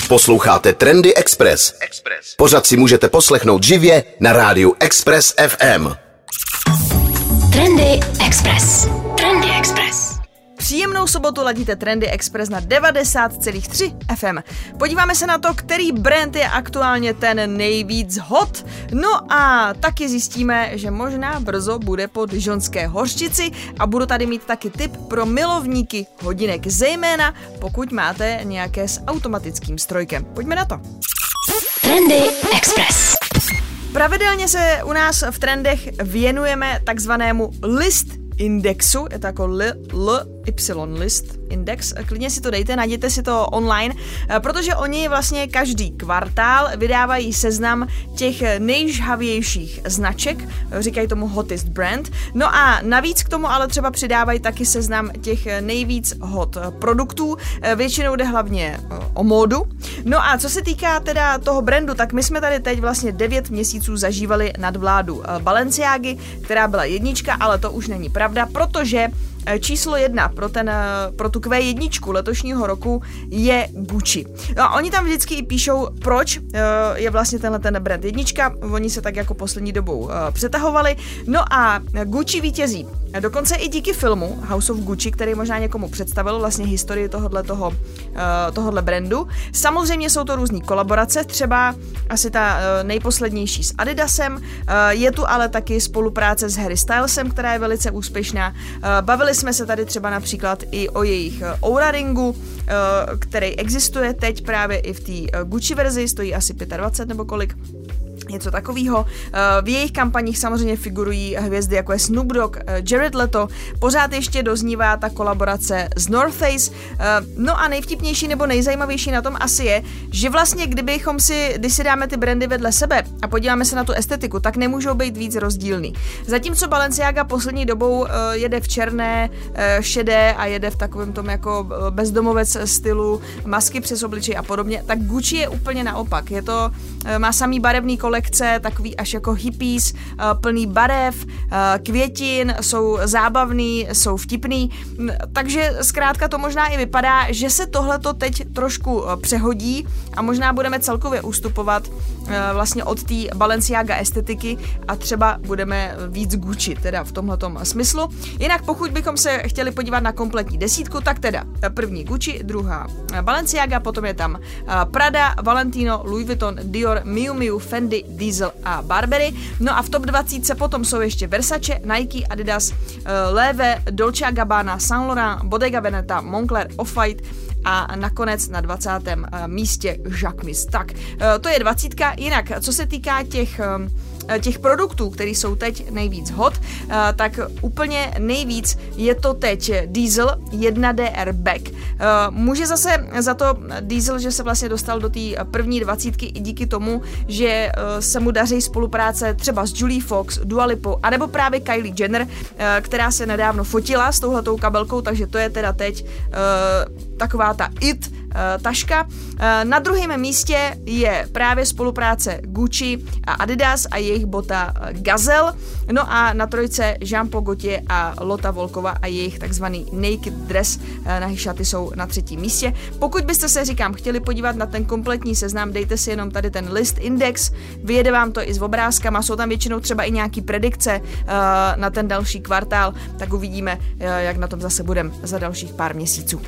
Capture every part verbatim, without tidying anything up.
Posloucháte Trendy Express. Pořad si můžete poslechnout živě na rádiu Express F M. Trendy Express. Trendy Express. Příjemnou sobotu ladíte Trendy Express na devadesát celá tři F M. Podíváme se na to, který brand je aktuálně ten nejvíc hot. No a taky zjistíme, že možná brzo bude po dižonské hořčici a budu tady mít taky tip pro milovníky hodinek, zejména pokud máte nějaké s automatickým strojkem. Pojďme na to. Trendy Express. Pravidelně se u nás v trendech věnujeme takzvanému list indexu, je to jako L, L Y list index, klidně si to dejte, najděte si to online, protože oni vlastně každý kvartál vydávají seznam těch nejžhavějších značek, říkají tomu hottest brand, no a navíc k tomu ale třeba přidávají taky seznam těch nejvíc hot produktů, většinou jde hlavně o módu. No a co se týká teda toho brandu, tak my jsme tady teď vlastně devět měsíců zažívali nadvládu Balenciágy, která byla jednička, ale to už není pravda, protože číslo jedna pro, ten, pro tu Q jedna letošního roku je Gucci. No a oni tam vždycky i píšou, proč je vlastně tenhle ten brand jednička, oni se tak jako poslední dobou přetahovali. No a Gucci vítězí dokonce i díky filmu House of Gucci, který možná někomu představil vlastně historii tohodle, toho, tohodle brandu. Samozřejmě jsou to různý kolaborace, třeba asi ta nejposlednější s Adidasem, je tu ale taky spolupráce s Harry Stylesem, která je velice úspěšná. Bavili jsme se tady třeba například i o jejich Oura ringu, který existuje teď právě i v té Gucci verzi, stojí asi dvacet pět nebo kolik. Něco takového. V jejich kampaních samozřejmě figurují hvězdy jako je Snoop Dogg, Jared Leto, pořád ještě doznívá ta kolaborace s North Face. No a nejvtipnější nebo nejzajímavější na tom asi je, že vlastně kdybychom si, když si dáme ty brandy vedle sebe a podíváme se na tu estetiku, tak nemůžou být víc rozdílný. Zatímco Balenciaga poslední dobou jede v černé, šedé a jede v takovém tom jako bezdomovec stylu, masky přes obličej a podobně, tak Gucci je úplně naopak. Je to, má samý barevný kolekce, takový až jako hippies, plný barev, květin, jsou zábavný, jsou vtipný, takže zkrátka to možná i vypadá, že se tohleto teď trošku přehodí a možná budeme celkově ustupovat vlastně od té Balenciaga estetiky a třeba budeme víc Gucci, teda v tomhletom smyslu. Jinak pokud bychom se chtěli podívat na kompletní desítku, tak teda první Gucci, druhá Balenciaga, potom je tam Prada, Valentino, Louis Vuitton, Dior, Miu Miu, Fendi, Diesel a Burberry. No a v top dvacet potom jsou ještě Versace, Nike, Adidas, Loewe, Dolce and Gabbana, Saint Laurent, Bottega Veneta, Moncler, Off-White a nakonec na dvacátém místě Jacquemus. Tak, to je dvacítka. Jinak, co se týká těch těch produktů, které jsou teď nejvíc hot, tak úplně nejvíc je to teď Diesel jedna D R Back. Může zase za to Diesel, že se vlastně dostal do té první dvacítky i díky tomu, že se mu daří spolupráce třeba s Julie Fox, Dua Lipou, anebo právě Kylie Jenner, která se nedávno fotila s touhletou kabelkou, takže to je teda teď taková ta it taška. Na druhém místě je právě spolupráce Gucci a Adidas a jejich bota Gazelle. No a na trojce Jean-Paul Gaultier a Lotta Volkova a jejich takzvaný naked dress na šaty jsou na třetím místě. Pokud byste se, říkám, chtěli podívat na ten kompletní seznam, dejte si jenom tady ten list index, vyjede vám to i s obrázkama, jsou tam většinou třeba i nějaký predikce na ten další kvartál, tak uvidíme, jak na tom zase budeme za dalších pár měsíců.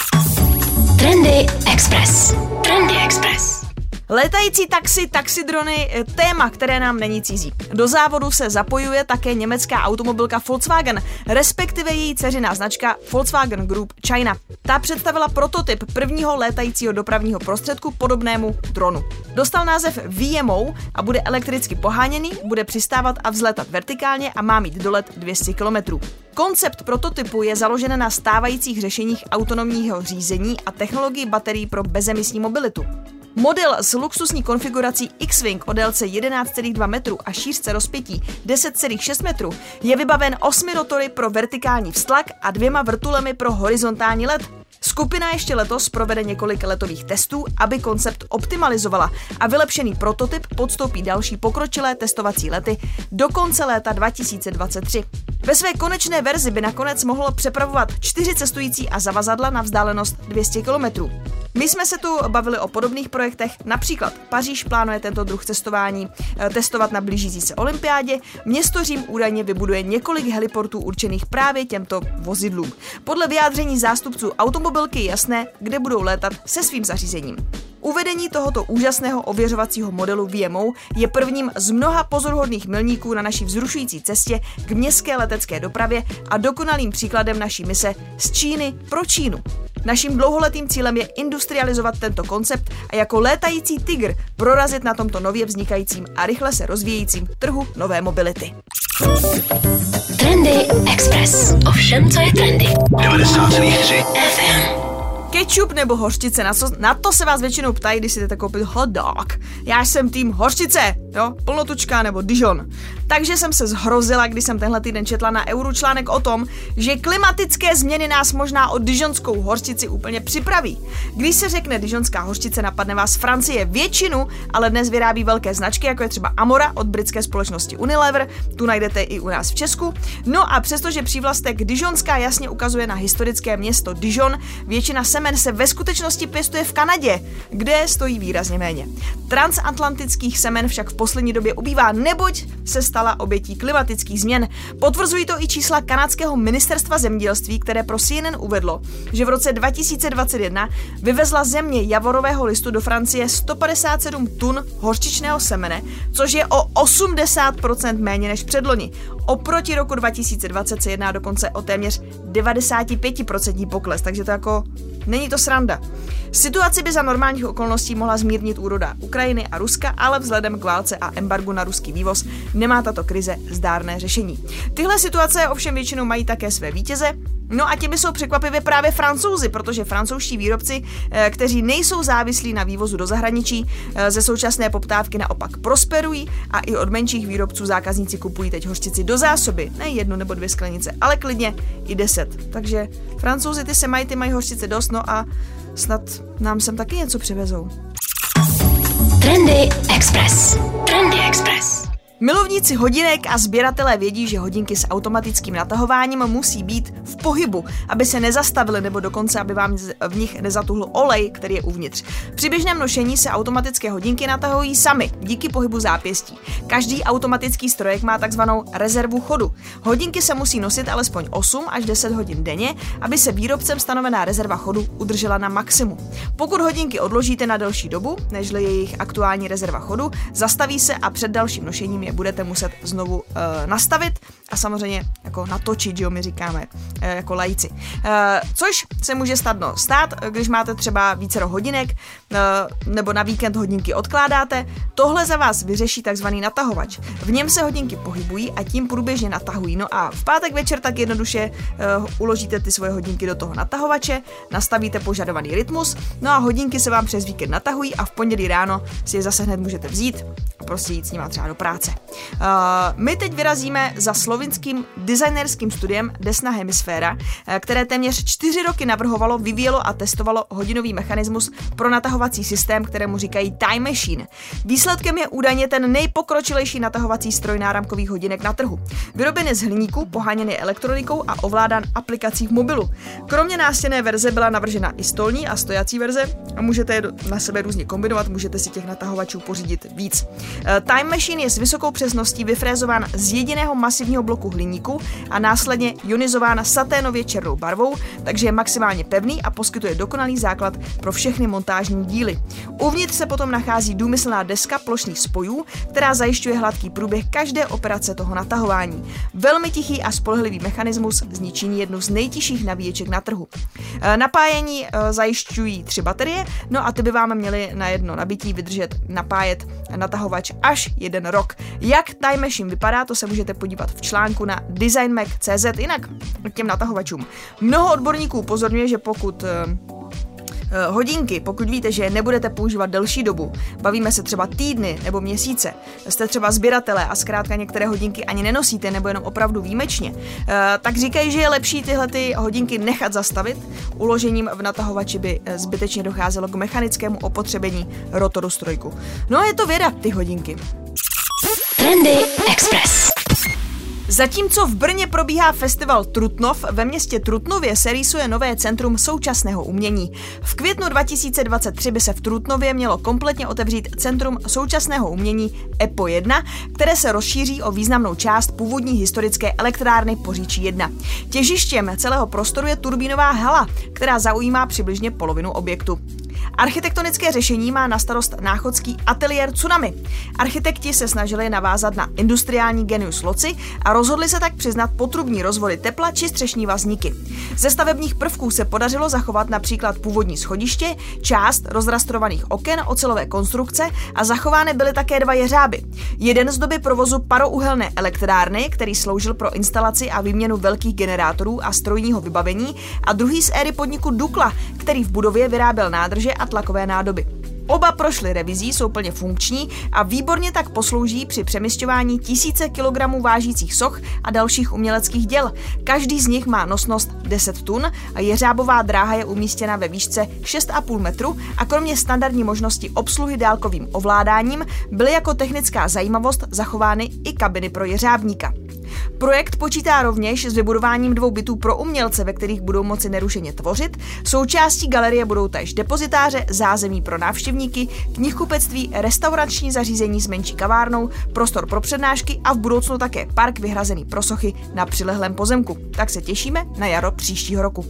Trendy Express. Trendy Express. Létající taxi, taxidrony, téma, které nám není cizí. Do závodu se zapojuje také německá automobilka Volkswagen, respektive její dceřiná značka Volkswagen Group China. Ta představila prototyp prvního létajícího dopravního prostředku podobnému dronu. Dostal název V M O a bude elektricky poháněný, bude přistávat a vzlétat vertikálně a má mít dolet dvě stě kilometrů. Koncept prototypu je založen na stávajících řešeních autonomního řízení a technologii baterií pro bezemisní mobilitu. Model s luxusní konfigurací X-Wing o délce jedenáct celá dva metru a šířce rozpětí deset celá šest metru je vybaven osmi rotory pro vertikální vztlak a dvěma vrtulemi pro horizontální let. Skupina ještě letos provede několik letových testů, aby koncept optimalizovala a vylepšený prototyp podstoupí další pokročilé testovací lety do konce léta dva tisíce dvacet tři. Ve své konečné verzi by nakonec mohlo přepravovat čtyři cestující a zavazadla na vzdálenost dvě stě kilometrů. My jsme se tu bavili o podobných projektech, například Paříž plánuje tento druh cestování testovat na blížící se olympiádě, město Řím údajně vybuduje několik heliportů určených právě těmto vozidlům. Podle vyjádření zástupců automobilky je jasné, kde budou létat se svým zařízením. Uvedení tohoto úžasného ověřovacího modelu V M O je prvním z mnoha pozoruhodných milníků na naší vzrušující cestě k městské letecké dopravě a dokonalým příkladem naší mise z Číny pro Čínu. Naším dlouholetým cílem je industrializovat tento koncept a jako létající tygr prorazit na tomto nově vznikajícím a rychle se rozvíjejícím trhu nové mobility. Trendy Express. O všem, co je trendy. devadesát celá tři F M. Ketchup nebo hořčice, na, co, na to se vás většinou ptají, když si jdete koupit hot dog. Já jsem tým hořčice, jo, plnotučka nebo Dijon. Takže jsem se zhrozila, když jsem tenhle týden četla na Euru článek o tom, že klimatické změny nás možná o dijonskou hořčici úplně připraví. Když se řekne dijonská hořčice, napadne vás Francie většinu, ale dnes vyrábí velké značky, jako je třeba Amora od britské společnosti Unilever, tu najdete i u nás v Česku. No a přestože přívlastek dijonská jasně ukazuje na historické město Dijon, většina semen se ve skutečnosti pěstuje v Kanadě, kde stojí výrazně méně. Transatlantických semen však v poslední době ubývá, neboť se stala obětí klimatických změn. Potvrzují to i čísla kanadského ministerstva zemědělství, které pro C N N uvedlo, že v roce dva tisíce dvacet jedna vyvezla země javorového listu do Francie sto padesát sedm tun hořčičného semene, což je o osmdesát procent méně než předloni. Oproti roku dva tisíce dvacet se jedná dokonce o téměř devadesát pět procent pokles, takže to jako není to sranda. Situaci by za normálních okolností mohla zmírnit úroda Ukrajiny a Ruska, ale vzhledem k válce a embargu na ruský vývoz nemá tato krize zdárné řešení. Tyhle situace ovšem většinou mají také své vítěze, no a těmi jsou překvapivě právě Francouzi, protože francouzští výrobci, kteří nejsou závislí na vývozu do zahraničí, ze současné poptávky naopak prosperují a i od menších výrobců zákazníci kupují teď hořčici do zásoby, ne jednu nebo dvě sklenice, ale klidně i deset. Takže Francouzi ty se mají, ty mají hořčice dost, no a snad nám sem taky něco přivezou. Trendy Express. Trendy Express. Milovníci hodinek a sběratelé vědí, že hodinky s automatickým natahováním musí být v pohybu, aby se nezastavily nebo dokonce, aby vám v nich nezatuhl olej, který je uvnitř. Při běžném nošení se automatické hodinky natahují sami díky pohybu zápěstí. Každý automatický strojek má takzvanou rezervu chodu. Hodinky se musí nosit alespoň osm až deset hodin denně, aby se výrobcem stanovená rezerva chodu udržela na maximum. Pokud hodinky odložíte na delší dobu, nežli jejich aktuální rezerva chodu, zastaví se a před dalším nošením je budete muset znovu uh, nastavit a samozřejmě jako natočit, že jo, my říkáme uh, jako laici. Uh, což se může snadno stát, když máte třeba vícero hodinek uh, nebo na víkend hodinky odkládáte. Tohle za vás vyřeší takzvaný natahovač. V něm se hodinky pohybují a tím průběžně natahují. No a v pátek večer tak jednoduše uh, uložíte ty svoje hodinky do toho natahovače, nastavíte požadovaný rytmus, no a hodinky se vám přes víkend natahují a v pondělí ráno si je zase hned můžete vzít a prostě jít s nima třeba do práce. Uh, my teď vyrazíme za slovinským designerským studiem Desna Hemisféra, uh, které téměř čtyři roky navrhovalo, vyvíjelo a testovalo hodinový mechanismus pro natahovací systém, kterému říkají Time Machine. Výsledkem je údajně ten nejpokročilejší natahovací stroj náramkových hodinek na trhu. Vyroben je z hliníku, poháněn je elektronikou a ovládán aplikací v mobilu. Kromě nástěnné verze byla navržena i stolní a stojací verze a můžete je na sebe různě kombinovat, můžete si těch natahovačů pořídit víc. Uh, Time Machine je s vysokou přesností vyfrézován z jediného masivního bloku hliníku a následně ionizován saténově černou barvou, takže je maximálně pevný a poskytuje dokonalý základ pro všechny montážní díly. Uvnitř se potom nachází důmyslná deska plošných spojů, která zajišťuje hladký průběh každé operace toho natahování. Velmi tichý a spolehlivý mechanismus z ní činí jednu z nejtižších nabíječek na trhu. Napájení zajišťují tři baterie, no a ty by vám měly na jedno nabití vydržet napájet natahovač až jeden rok. Jak Time Machine vypadá, to se můžete podívat v článku na design mac tečka cé zet. Jinak k těm natahovačům. Mnoho odborníků upozorňuje, že pokud uh, hodinky, pokud víte, že je nebudete používat delší dobu, bavíme se třeba týdny nebo měsíce, jste třeba sběratelé a zkrátka některé hodinky ani nenosíte nebo jenom opravdu výjimečně, uh, tak říkají, že je lepší tyhle ty hodinky nechat zastavit. Uložením v natahovači by zbytečně docházelo k mechanickému opotřebení rotoru strojku. No a je to věda, ty hodinky. Trendy Express. Zatímco v Brně probíhá festival Trutnov, ve městě Trutnově se rýsuje nové centrum současného umění. V květnu dva tisíce dvacet tři by se v Trutnově mělo kompletně otevřít centrum současného umění E P O jedna, které se rozšíří o významnou část původní historické elektrárny Poříčí jedna. Těžištěm celého prostoru je turbínová hala, která zaujímá přibližně polovinu objektu. Architektonické řešení má na starost náchodský ateliér Tsunami. Architekti se snažili navázat na industriální genius loci a rozhodli se tak přiznat potrubní rozvody tepla či střešní vazníky. Ze stavebních prvků se podařilo zachovat například původní schodiště, část rozrastrovaných oken, ocelové konstrukce a zachovány byly také dva jeřáby. Jeden z doby provozu parouhelné elektrárny, který sloužil pro instalaci a výměnu velkých generátorů a strojního vybavení, a druhý z éry podniku Dukla, který v budově vyráběl nádrže a tlakové nádoby. Oba prošly revizí, jsou plně funkční a výborně tak poslouží při přemisťování tisíce kilogramů vážících soch a dalších uměleckých děl. Každý z nich má nosnost deset tun a jeřábová dráha je umístěna ve výšce šest a půl metru a kromě standardní možnosti obsluhy dálkovým ovládáním byly jako technická zajímavost zachovány i kabiny pro jeřábníka. Projekt počítá rovněž s vybudováním dvou bytů pro umělce, ve kterých budou moci nerušeně tvořit. Součástí galerie budou též depozitáře, zázemí pro návštěvníky, knihkupectví, restaurační zařízení s menší kavárnou, prostor pro přednášky a v budoucnu také park vyhrazený pro sochy na přilehlém pozemku. Tak se těšíme na jaro příštího roku.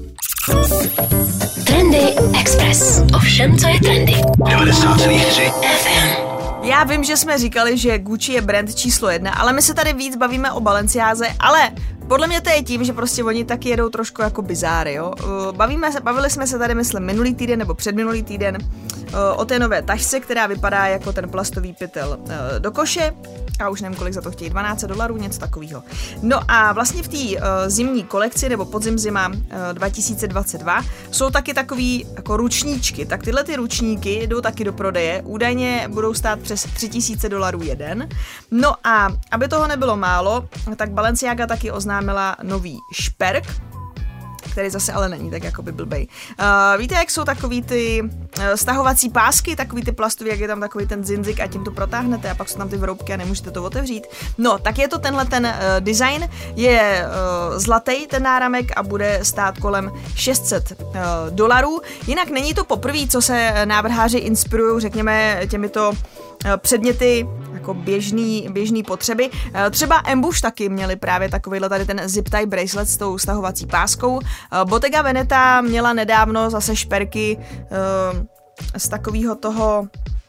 Trendy Express. O všem, co je trendy. devadesát celá tři F M. Já vím, že jsme říkali, že Gucci je brand číslo jedna, ale my se tady víc bavíme o Balenciáze, ale podle mě to je tím, že prostě oni taky jedou trošku jako bizáry, jo. Bavíme se, bavili jsme se tady, myslím, minulý týden nebo předminulý týden o té nové tašce, která vypadá jako ten plastový pytel do koše. A už nevím, kolik za to chtějí, dvanáct dolarů, něco takového. No a vlastně v té uh, zimní kolekci, nebo podzim zima uh, dva tisíce dvacet dva, jsou taky takový jako ručníčky. Tak tyhle ty ručníky jdou taky do prodeje, údajně budou stát přes tři tisíce dolarů jeden. No a aby toho nebylo málo, tak Balenciaga taky oznámila nový šperk, který zase ale není tak jako by blbej. Uh, víte, jak jsou takový ty uh, stahovací pásky, takový ty plastový, jak je tam takový ten zinzik a tím to protáhnete a pak jsou tam ty vroubky a nemůžete to otevřít. No, tak je to tenhle ten uh, design, je uh, zlatý ten náramek a bude stát kolem šest set uh, dolarů. Jinak není to poprvé, co se návrháři inspirují, řekněme, těmito uh, předměty jako běžný, běžný potřeby. Třeba Ambush taky měli právě takovýhle tady ten zip tie bracelet s tou stahovací páskou. Bottega Veneta měla nedávno zase šperky z takového toho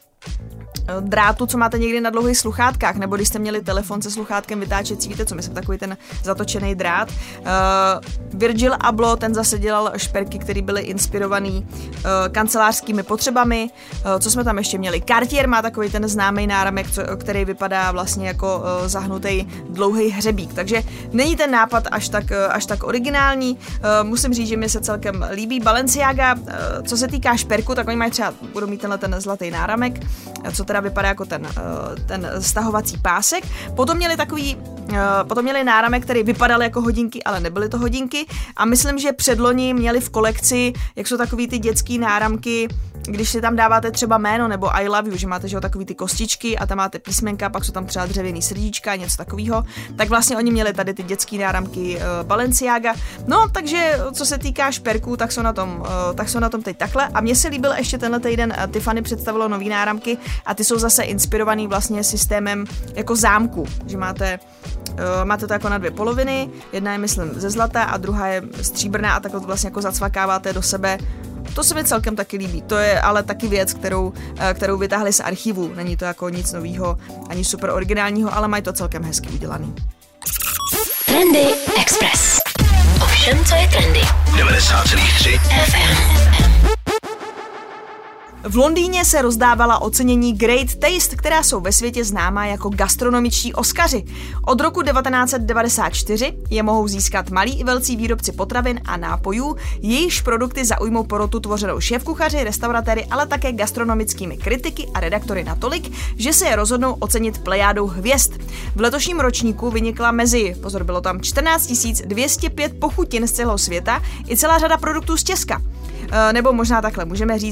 drátu, co máte někdy na dlouhých sluchátkách, nebo když jste měli telefon se sluchátkem vytáčecí, víte co, myslím, takový ten zatočený drát. Uh, Virgil Abloh, ten zase dělal šperky, které byly inspirovaný uh, kancelářskými potřebami. Uh, co jsme tam ještě měli? Cartier má takový ten známý náramek, co, který vypadá vlastně jako uh, zahnutý dlouhý hřebík, takže není ten nápad až tak, uh, až tak originální. Uh, musím říct, že mi se celkem líbí Balenciaga. Uh, co se týká šperku, tak oni mají třeba, budou mít tenhle ten zlatý náramek, co teda vypadá jako ten, ten stahovací pásek. Potom měli takový, potom měli náramek, který vypadal jako hodinky, ale nebyly to hodinky a myslím, že předloni měli v kolekci, jak jsou takový ty dětský náramky, když si tam dáváte třeba jméno nebo I love you, že máte že takový ty kostičky a tam máte písmenka, pak jsou tam třeba dřevěný srdíčka, něco takového, tak vlastně oni měli tady ty dětský náramky uh, Balenciaga. No, takže co se týká šperků, tak jsou na tom, uh, tak jsou na tom teď takhle. A mně se líbil ještě tenhle týden, uh, Tiffany představilo nový náramky a ty jsou zase inspirovaný vlastně systémem jako zámku, že máte Uh, máte to jako na dvě poloviny, jedna je myslím ze zlata a druhá je stříbrná a takhle to vlastně jako zacvakáváte do sebe. To se mi celkem taky líbí, to je ale taky věc, kterou, kterou vytáhli z archivu, není to jako nic novýho, ani super originálního, ale mají to celkem hezky udělaný. Trendy Express. O všem, co je trendy. devadesát celá tři F M. V Londýně se rozdávala ocenění Great Taste, která jsou ve světě známá jako gastronomičtí Oscaři. Od roku devatenáct set devadesát čtyři je mohou získat malí i velcí výrobci potravin a nápojů, jejichž produkty zaujmou porotu tvořenou šéfkuchaři, restauratéry, ale také gastronomickými kritiky a redaktory natolik, že se je rozhodnou ocenit plejádou hvězd. V letošním ročníku vynikla mezi, pozor, bylo tam čtrnáct tisíc dvě stě pět pochutin z celého světa i celá řada produktů z Česka. E, nebo možná takhle, můžeme říct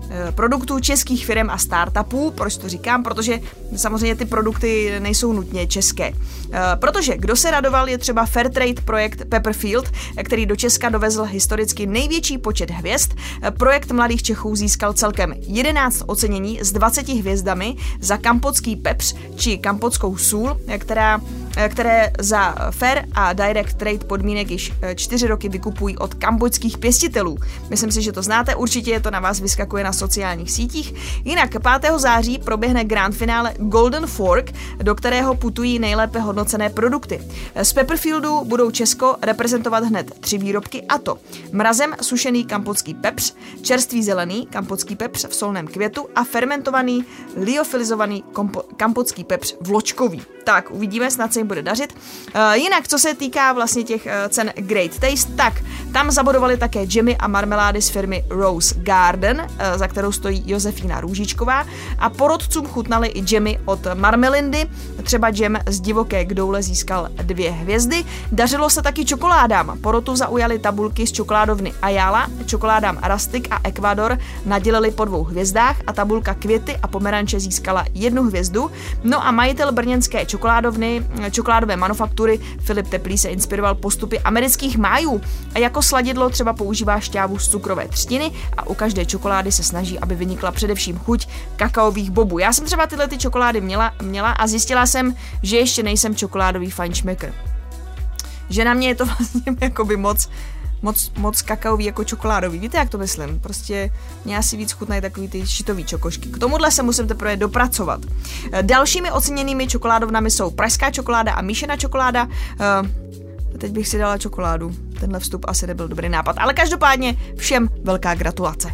produktů českých firm a startupů. Proč to říkám? Protože samozřejmě ty produkty nejsou nutně české. Protože kdo se radoval, je třeba Fairtrade projekt Pepperfield, který do Česka dovezl historicky největší počet hvězd. Projekt mladých Čechů získal celkem jedenáct ocenění s dvaceti hvězdami za kampotský pepř či kampotskou sůl, která, které za fair a direct trade podmínek již čtyři roky vykupují od kambodských pěstitelů. Myslím si, že to znáte, určitě je to na vás vyskakuje na sociálních sítích. Jinak pátého září proběhne grand finále Golden Fork, do kterého putují nejlépe hodnocené produkty. Z Pepperfieldu budou Česko reprezentovat hned tři výrobky, a to mrazem sušený kampotský pepř, čerstvý zelený kampotský pepř v solném květu a fermentovaný liofilizovaný kompo- kampotský pepř vločkový. Tak, uvidíme, snad se jim bude dařit. Uh, jinak, co se týká vlastně těch uh, cen Great Taste, tak tam zabodovali také džemy a marmelády z firmy Rose Garden, uh, za kterou stojí Josefína Růžičková, a porodcům chutnaly i džemy od Marmelindy, třeba džem z divoké kdoule získal dvě hvězdy. Dařilo se taky čokoládám. Porotu zaujaly tabulky z čokoládovny Ayala, čokoládám Rustic a Ecuador nadělili po dvou hvězdách a tabulka Květy a pomeranče získala jednu hvězdu. No a majitel brněnské čokoládovny, čokoládové manufaktury Filip Teplý se inspiroval postupy amerických májů a jako sladidlo třeba používá šťávu z cukrové třtiny a u každé čokolády se snaží, aby vynikla především chuť kakaových bobů. Já jsem třeba tyhle ty čokolády měla, měla a zjistila jsem, že ještě nejsem čokoládový fajnšmekr. Že na mě je to vlastně jakoby moc Moc, moc kakaový jako čokoládový. Víte, jak to myslím? Prostě mě asi víc chutnají takový ty šitový čokošky. K tomuhle se musím teprve dopracovat. Dalšími oceněnými čokoládovnami jsou pražská čokoláda a míšená čokoláda. Teď bych si dala čokoládu. Tenhle vstup asi nebyl dobrý nápad. Ale každopádně všem velká gratulace.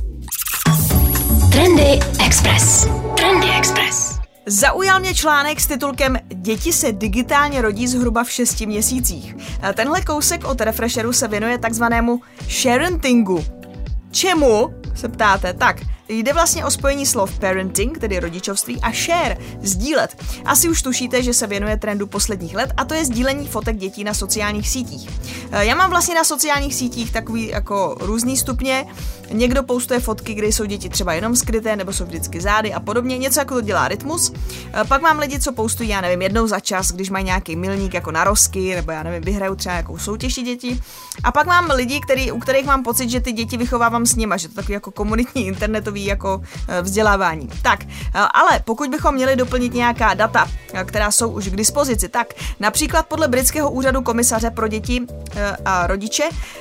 Trendy Express. Trendy Express. Zaujal mě článek s titulkem Děti se digitálně rodí zhruba v šesti měsících. Tenhle kousek od Refresheru se věnuje takzvanému sharentingu. Čemu? Se ptáte. Tak, jde vlastně o spojení slov parenting, tedy rodičovství, a share, sdílet. Asi už tušíte, že se věnuje trendu posledních let, a to je sdílení fotek dětí na sociálních sítích. Já mám vlastně na sociálních sítích takový jako různý stupně. Někdo postuje fotky, kde jsou děti třeba jenom skryté, nebo jsou vždycky zády a podobně, něco jako to dělá Rytmus. Pak mám lidi, co postují, já nevím, jednou za čas, když mají nějaký milník jako narozky, nebo já nevím, vyhrajou třeba nějakou soutěž děti. A pak mám lidi, který, u kterých mám pocit, že ty děti vychovávám s nima, že to takový jako komunitní internetový jako vzdělávání. Tak, ale pokud bychom měli doplnit nějaká data, která jsou už k dispozici, tak například podle britského úřadu komisaře pro děti a rodiče,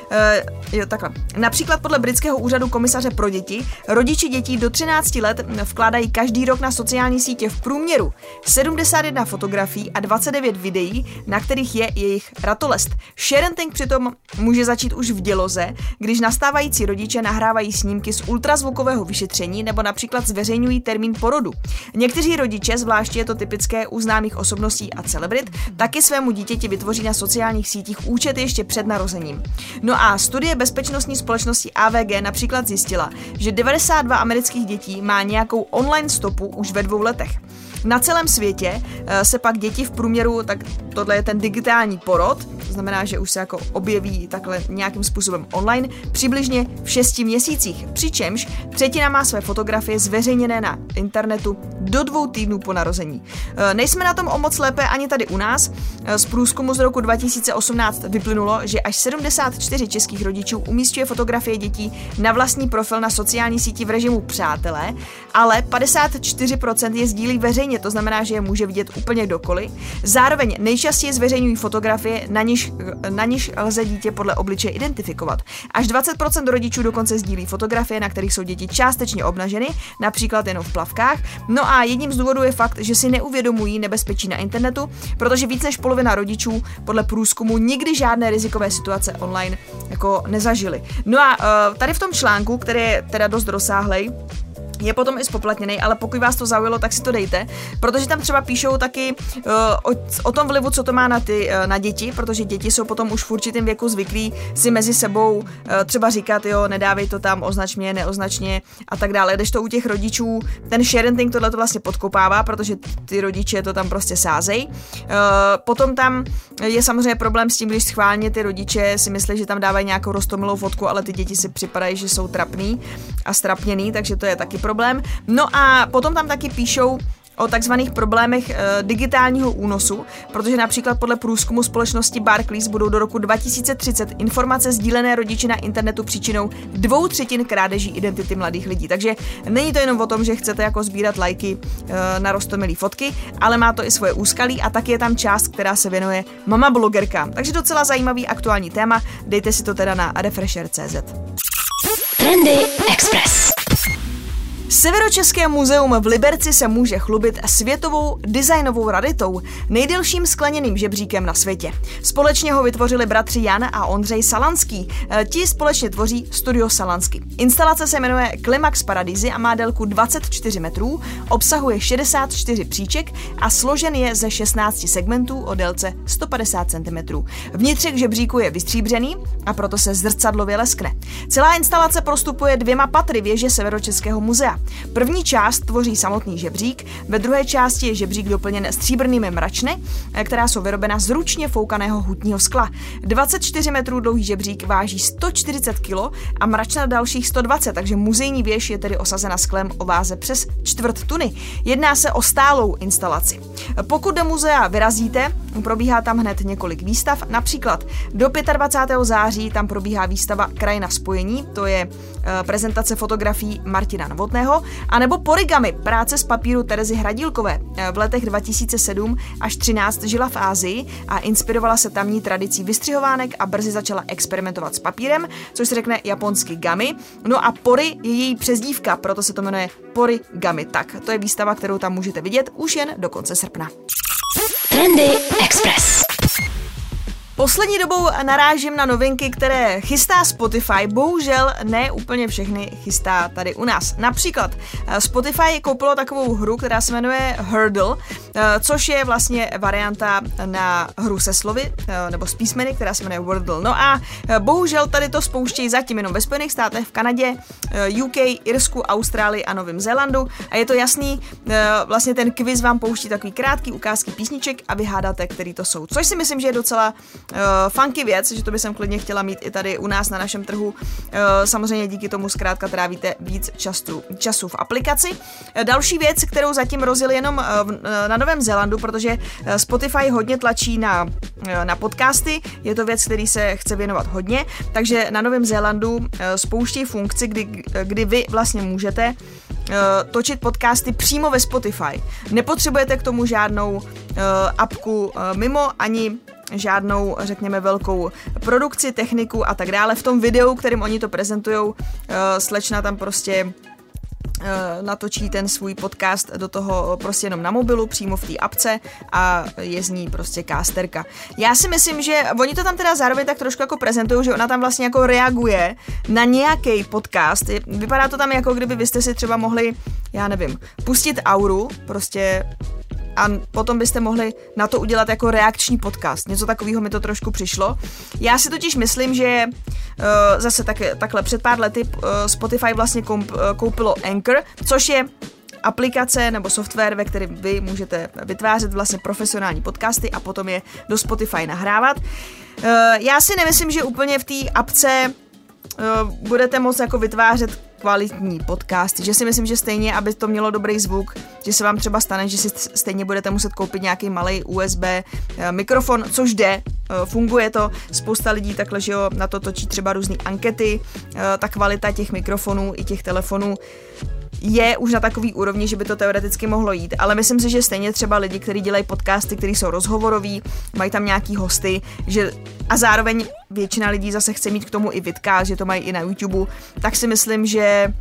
jo, takhle, například podle britského úřadu komisaře pro děti, rodiči dětí do třinácti let vkládají každý rok na sociální sítě v průměru sedmdesát jedna fotografií a dvacet devět videí, na kterých je jejich ratolest. Sharenting přitom může začít už v děloze, když nastávající rodiče nahrávají snímky z ultrazvukového vyšetření nebo například zveřejňují termín porodu. Někteří rodiče, zvláště je to typické u známých osobností a celebrit, taky svému dítěti vytvoří na sociálních sítích účet ještě před narozením. No a studie bezpečnostní společnosti A V G například zjistila, že devadesát dva amerických dětí má nějakou online stopu už ve dvou letech. Na celém světě se pak děti v průměru, tak tohle je ten digitální porod, to znamená, že už se jako objeví takhle nějakým způsobem online, přibližně v šesti měsících, přičemž třetina má své fotografie zveřejněné na internetu do dvou týdnů po narození. Nejsme na tom o moc lépe ani tady u nás. Z průzkumu z roku dva tisíce osmnáct vyplynulo, že až sedmdesát čtyři českých rodičů umísťuje fotografie dětí na vlastní profil na sociální síti v režimu přátelé, ale padesát čtyři procent je sdílí veřejně, to znamená, že je může vidět úplně kdokoliv. Zároveň nejčastěji zveřejňují fotografie, na niž, na niž lze dítě podle obličeje identifikovat. Až dvacet procent rodičů dokonce sdílí fotografie, na kterých jsou děti částečně obnaženy, například jenom v plavkách. No a jedním z důvodů je fakt, že si neuvědomují nebezpečí na internetu, protože víc než polovina rodičů podle průzkumu nikdy žádné rizikové situace online jako nezažili. No a uh, tady v tom článku, který je teda dost rozsáhlej, je potom i spoplatněný, ale pokud vás to zaujalo, tak si to dejte, protože tam třeba píšou taky uh, o, o tom vlivu, co to má na, ty, uh, na děti, protože děti jsou potom už v určitém věku zvyklí si mezi sebou uh, třeba říkat, jo, nedávej to tam, označ mě, neoznač mě a tak dále. Když to u těch rodičů, ten sharenting tohle to vlastně podkopává, protože ty rodiče to tam prostě sázej. Uh, potom tam je samozřejmě problém s tím, když schválně ty rodiče si myslí, že tam dávají nějakou roztomilou fotku, ale ty děti si připadají, že jsou trapný a strapněný, takže to je taky problém. No a potom tam taky píšou o takzvaných problémech e, digitálního únosu, protože například podle průzkumu společnosti Barclays budou do roku dva tisíce třicet informace sdílené rodiči na internetu příčinou dvou třetin krádeží identity mladých lidí. Takže není to jenom o tom, že chcete jako sbírat lajky e, na roztomilý fotky, ale má to i svoje úskalí a taky je tam část, která se věnuje mama blogerkám. Takže docela zajímavý aktuální téma, dejte si to teda na refresher tečka cé zet. Trendy Express. Severočeské muzeum v Liberci se může chlubit světovou designovou raritou, nejdelším skleněným žebříkem na světě. Společně ho vytvořili bratři Jan a Ondřej Salanský. Ti společně tvoří Studio Salansky. Instalace se jmenuje Klimax Paradisy a má délku dvacet čtyři metrů, obsahuje šedesát čtyři příček a složen je ze šestnácti segmentů o délce sto padesát centimetrů. Vnitřek žebříku je vystříbřený a proto se zrcadlově leskne. Celá instalace prostupuje dvěma patry věže Severočeského muzea. První část tvoří samotný žebřík, ve druhé části je žebřík doplněn stříbrnými mračny, která jsou vyrobena z ručně foukaného hutního skla. dvacet čtyři metrů dlouhý žebřík váží sto čtyřicet kilo a mračna dalších sto dvacet, takže muzejní věž je tedy osazena sklem o váze přes čtvrt tuny. Jedná se o stálou instalaci. Pokud do muzea vyrazíte, probíhá tam hned několik výstav, například do dvacátého pátého září tam probíhá výstava Krajina spojení, to je prezentace fotografií Martina Novotného, anebo Porigami, práce z papíru Terezy Hradílkové. V letech dva tisíce sedm až třináct žila v Asii a inspirovala se tamní tradicí vystřihovánek a brzy začala experimentovat s papírem, což se řekne japonsky gami. No a Pori je její přezdívka, proto se to jmenuje Porigami. Tak, to je výstava, kterou tam můžete vidět už jen do konce srpna. Trendy Express. Poslední dobou narážím na novinky, které chystá Spotify, bohužel ne úplně všechny chystá tady u nás. Například Spotify koupilo takovou hru, která se jmenuje Hurdle, což je vlastně varianta na hru se slovy, nebo s písmeny, která se jmenuje Wordle. No a bohužel tady to spouštějí zatím jenom ve Spojených státech, v Kanadě, U K, Irsku, Austrálii a Novém Zélandu a je to jasný, vlastně ten quiz vám pouští takový krátký ukázky písniček a vy hádáte, který to jsou. Což si myslím, že je docela Uh, funky věc, že to by jsem klidně chtěla mít i tady u nás na našem trhu. Uh, samozřejmě díky tomu zkrátka trávíte víc času, času v aplikaci. Uh, další věc, kterou zatím rozjeli jenom uh, na Novém Zélandu, protože uh, Spotify hodně tlačí na, uh, na podcasty, je to věc, který se chce věnovat hodně, takže na Novém Zélandu uh, spouštějí funkci, kdy, kdy vy vlastně můžete Uh, točit podcasty přímo ve Spotify. Nepotřebujete k tomu žádnou uh, apku uh, mimo, ani žádnou, řekněme, velkou produkci, techniku a tak dále. V tom videu, kterým oni to prezentujou, uh, slečna tam prostě natočí ten svůj podcast do toho prostě jenom na mobilu, přímo v té apce a je z ní prostě casterka. Já si myslím, že oni to tam teda zároveň tak trošku jako prezentují, že ona tam vlastně jako reaguje na nějaký podcast. Vypadá to tam jako kdyby vy jste si třeba mohli, já nevím, pustit auru, prostě a potom byste mohli na to udělat jako reakční podcast. Něco takového mi to trošku přišlo. Já si totiž myslím, že uh, zase tak, takhle před pár lety uh, Spotify vlastně komp, uh, koupilo Anchor, což je aplikace nebo software, ve kterém vy můžete vytvářet vlastně profesionální podcasty a potom je do Spotify nahrávat. Uh, já si nemyslím, že úplně v té apce uh, budete moct jako vytvářet kvalitní podcasty, že si myslím, že stejně, aby to mělo dobrý zvuk, že se vám třeba stane, že si stejně budete muset koupit nějaký malý U S B mikrofon, což jde, funguje to, spousta lidí takhle, že jo, na to točí třeba různý ankety, ta kvalita těch mikrofonů i těch telefonů je už na takový úrovni, že by to teoreticky mohlo jít, ale myslím si, že stejně třeba lidi, kteří dělají podcasty, kteří jsou rozhovorový, mají tam nějaký hosty, že a zároveň většina lidí zase chce mít k tomu i vidcast, že to mají i na YouTube, tak si myslím, že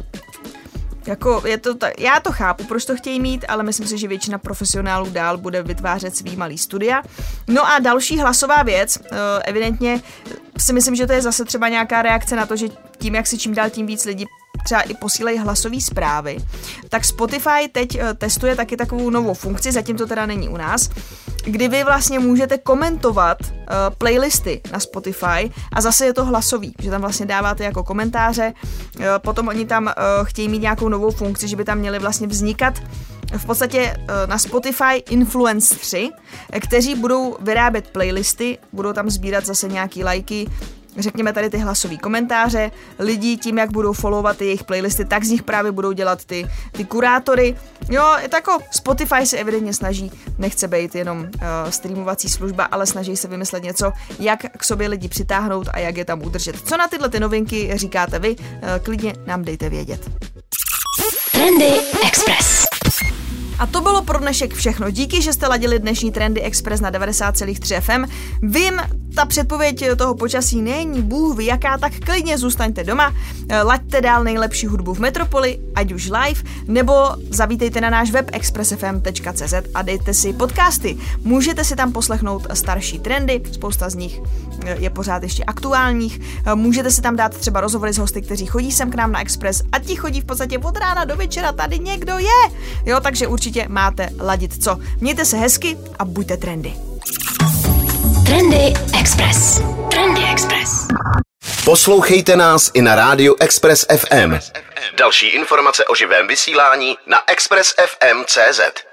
jako je to ta, já to chápu, proč to chtějí mít, ale myslím si, že většina profesionálů dál bude vytvářet svý malý studia. No a další hlasová věc, evidentně si myslím, že to je zase třeba nějaká reakce na to, že tím, jak si čím dál tím víc lidí třeba i posílají hlasové zprávy, tak Spotify teď testuje taky takovou novou funkci, zatím to teda není u nás, kdy vy vlastně můžete komentovat uh, playlisty na Spotify a zase je to hlasový, že tam vlastně dáváte jako komentáře, uh, potom oni tam uh, chtějí mít nějakou novou funkci, že by tam měli vlastně vznikat v podstatě uh, na Spotify influenceři, kteří budou vyrábět playlisty, budou tam sbírat zase nějaký lajky, řekněme tady ty hlasové komentáře lidí, tím, jak budou followovat jejich playlisty, tak z nich právě budou dělat ty, ty kurátory. Jo, je to jako Spotify se evidentně snaží, nechce být jenom uh, streamovací služba, ale snaží se vymyslet něco, jak k sobě lidi přitáhnout a jak je tam udržet. Co na tyhle ty novinky říkáte vy? Uh, klidně nám dejte vědět. Trendy Express. A to bylo pro dnešek všechno. Díky, že jste ladili dnešní Trendy Express na devadesát celá tři F M. Vím, ta předpověď toho počasí není bůh ví jaká, tak klidně zůstaňte doma, laďte dál nejlepší hudbu v metropoli, ať už live, nebo zavítejte na náš web express f m tečka c z a dejte si podcasty. Můžete si tam poslechnout starší trendy, spousta z nich je pořád ještě aktuálních. Můžete si tam dát třeba rozhovory s hosty, kteří chodí sem k nám na Express a ti chodí v podstatě od rána do večera, tady někdo je. Jo, takže určitě máte ladit co. Mějte se hezky a buďte trendy. Trendy Express. Trendy Express. Poslouchejte nás i na rádiu Express F M. Další informace o živém vysílání na express f m tečka c z.